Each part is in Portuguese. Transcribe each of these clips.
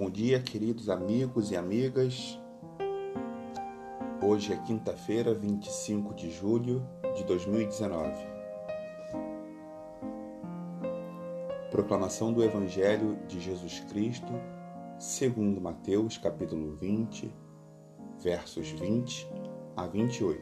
Bom dia, queridos amigos e amigas. Hoje é quinta-feira, 25 de julho de 2019. Proclamação do Evangelho de Jesus Cristo, segundo Mateus, capítulo 20, versos 20 a 28.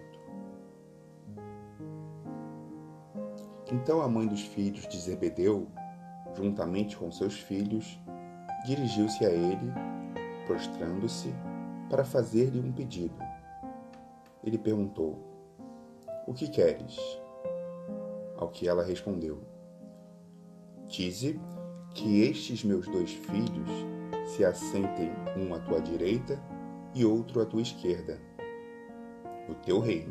Então a mãe dos filhos de Zebedeu, juntamente com seus filhos, dirigiu-se a ele, prostrando-se, para fazer-lhe um pedido. Ele perguntou: "O que queres?" Ao que ela respondeu: "Dize que estes meus 2 filhos se assentem um à tua direita e outro à tua esquerda, no teu reino."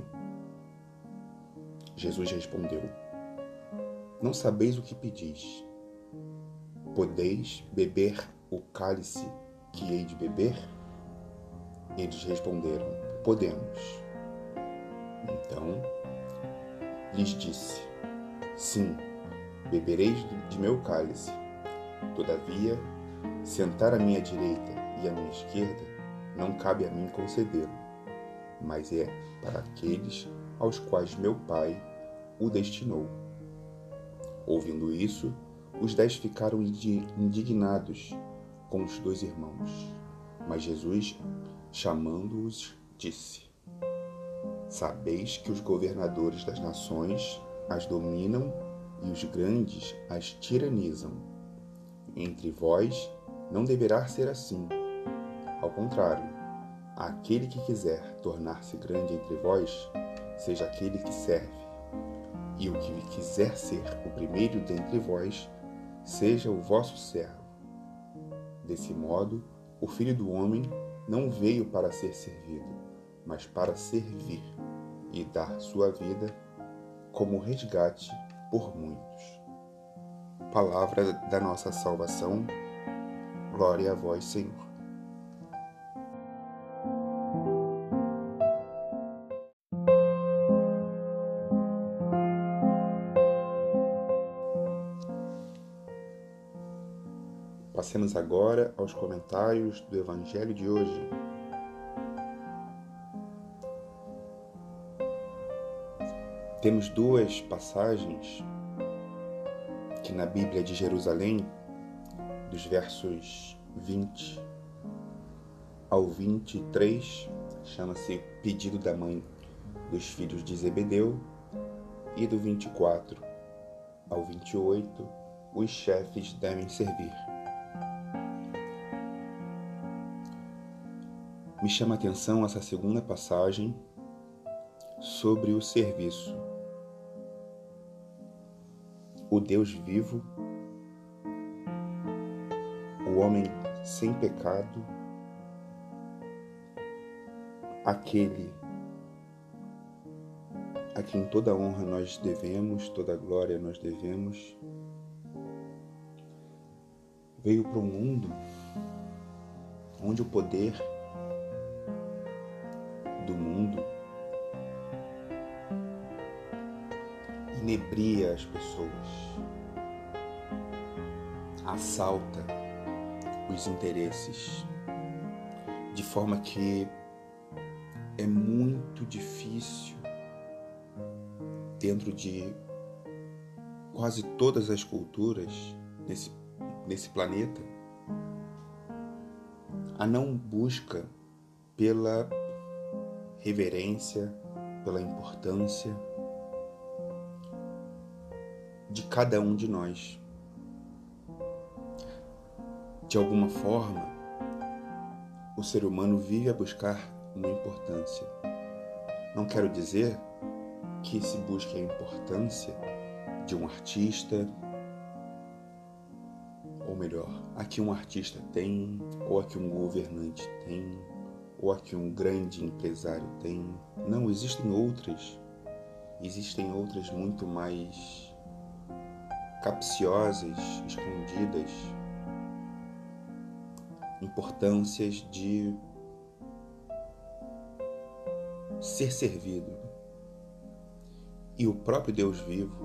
Jesus respondeu: "Não sabeis o que pedis. Podeis beber o cálice que hei de beber?" Eles responderam: "Podemos." Então lhes disse: "Sim, bebereis de meu cálice. Todavia, sentar à minha direita e à minha esquerda não cabe a mim concedê-lo, mas é para aqueles aos quais meu Pai o destinou." Ouvindo isso, os 10 ficaram indignados com os 2 irmãos. Mas Jesus, chamando-os, disse: "Sabeis que os governadores das nações as dominam e os grandes as tiranizam. Entre vós não deverá ser assim. Ao contrário, aquele que quiser tornar-se grande entre vós, seja aquele que serve. E o que quiser ser o primeiro dentre vós, seja o vosso servo. Desse modo, o Filho do Homem não veio para ser servido, mas para servir e dar sua vida como resgate por muitos." Palavra da nossa salvação. Glória a vós, Senhor. Passemos agora aos comentários do Evangelho de hoje. Temos 2 passagens que na Bíblia de Jerusalém, dos versos 20 ao 23, chama-se Pedido da Mãe dos Filhos de Zebedeu, e do 24 ao 28, os chefes devem servir. Me chama a atenção essa segunda passagem sobre o serviço. O Deus vivo, o homem sem pecado, aquele a quem toda honra nós devemos, toda glória nós devemos, veio para um mundo onde o poder do mundo inebria as pessoas, assalta os interesses, de forma que é muito difícil, dentro de quase todas as culturas nesse planeta, a não busca pela reverência, pela importância de cada um de nós. De alguma forma, o ser humano vive a buscar uma importância. Não quero dizer que se busque a importância de um artista, ou melhor, a que um artista tem, ou a que um governante tem, ou a que um grande empresário tem. Não, existem outras muito mais capciosas, escondidas, importâncias de ser servido. E o próprio Deus vivo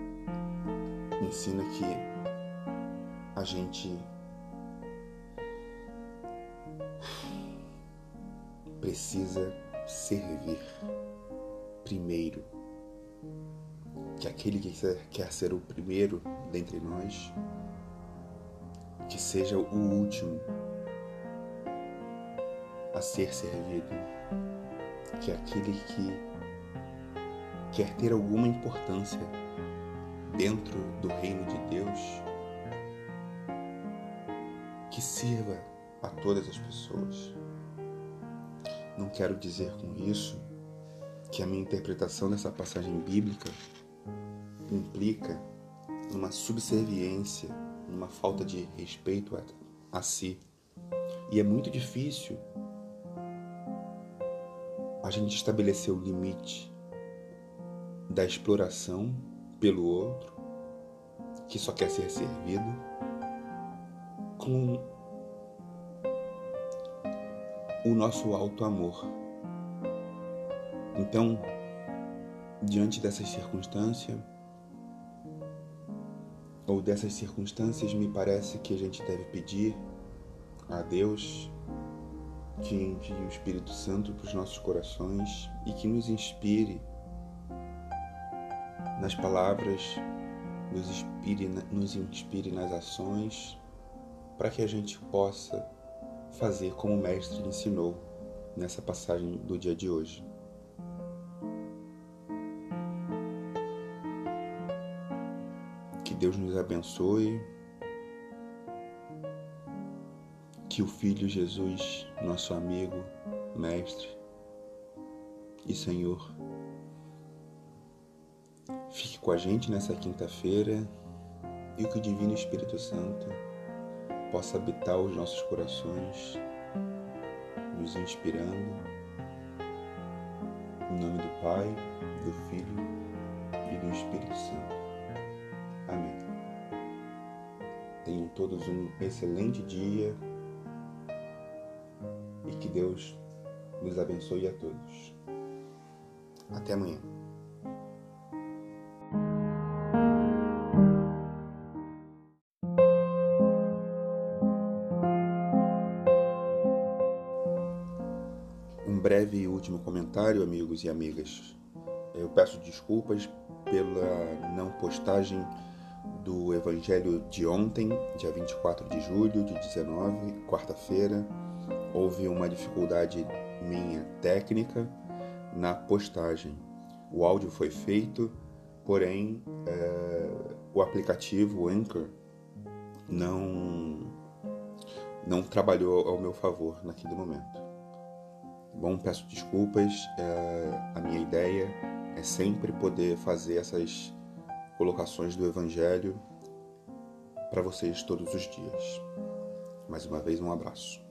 ensina que a gente precisa servir primeiro. Que aquele que quer ser o primeiro dentre nós, que seja o último a ser servido. Que aquele que quer ter alguma importância dentro do reino de Deus, que sirva a todas as pessoas. Não quero dizer com isso que a minha interpretação dessa passagem bíblica implica numa subserviência, numa falta de respeito a si. E é muito difícil a gente estabelecer o limite da exploração pelo outro, que só quer ser servido, com o nosso alto amor. Então, diante dessas circunstâncias, me parece que a gente deve pedir a Deus que envie o Espírito Santo para os nossos corações e que nos inspire nas palavras, nos inspire nas ações, para que a gente possa fazer como o Mestre ensinou nessa passagem do dia de hoje. Que Deus nos abençoe, que o Filho Jesus, nosso amigo, Mestre e Senhor, fique com a gente nessa quinta-feira e que o Divino Espírito Santo possa habitar os nossos corações, nos inspirando, em nome do Pai, do Filho e do Espírito Santo. Amém. Tenham todos um excelente dia e que Deus nos abençoe a todos. Até amanhã. Um breve e último comentário, amigos e amigas. Eu peço desculpas pela não postagem do Evangelho de ontem, dia 24 de julho de 19, quarta-feira. Houve uma dificuldade minha técnica na postagem. O áudio foi feito, porém o aplicativo, o Anchor, não trabalhou ao meu favor naquele momento. Bom, peço desculpas, a minha ideia é sempre poder fazer essas colocações do Evangelho para vocês todos os dias. Mais uma vez, um abraço.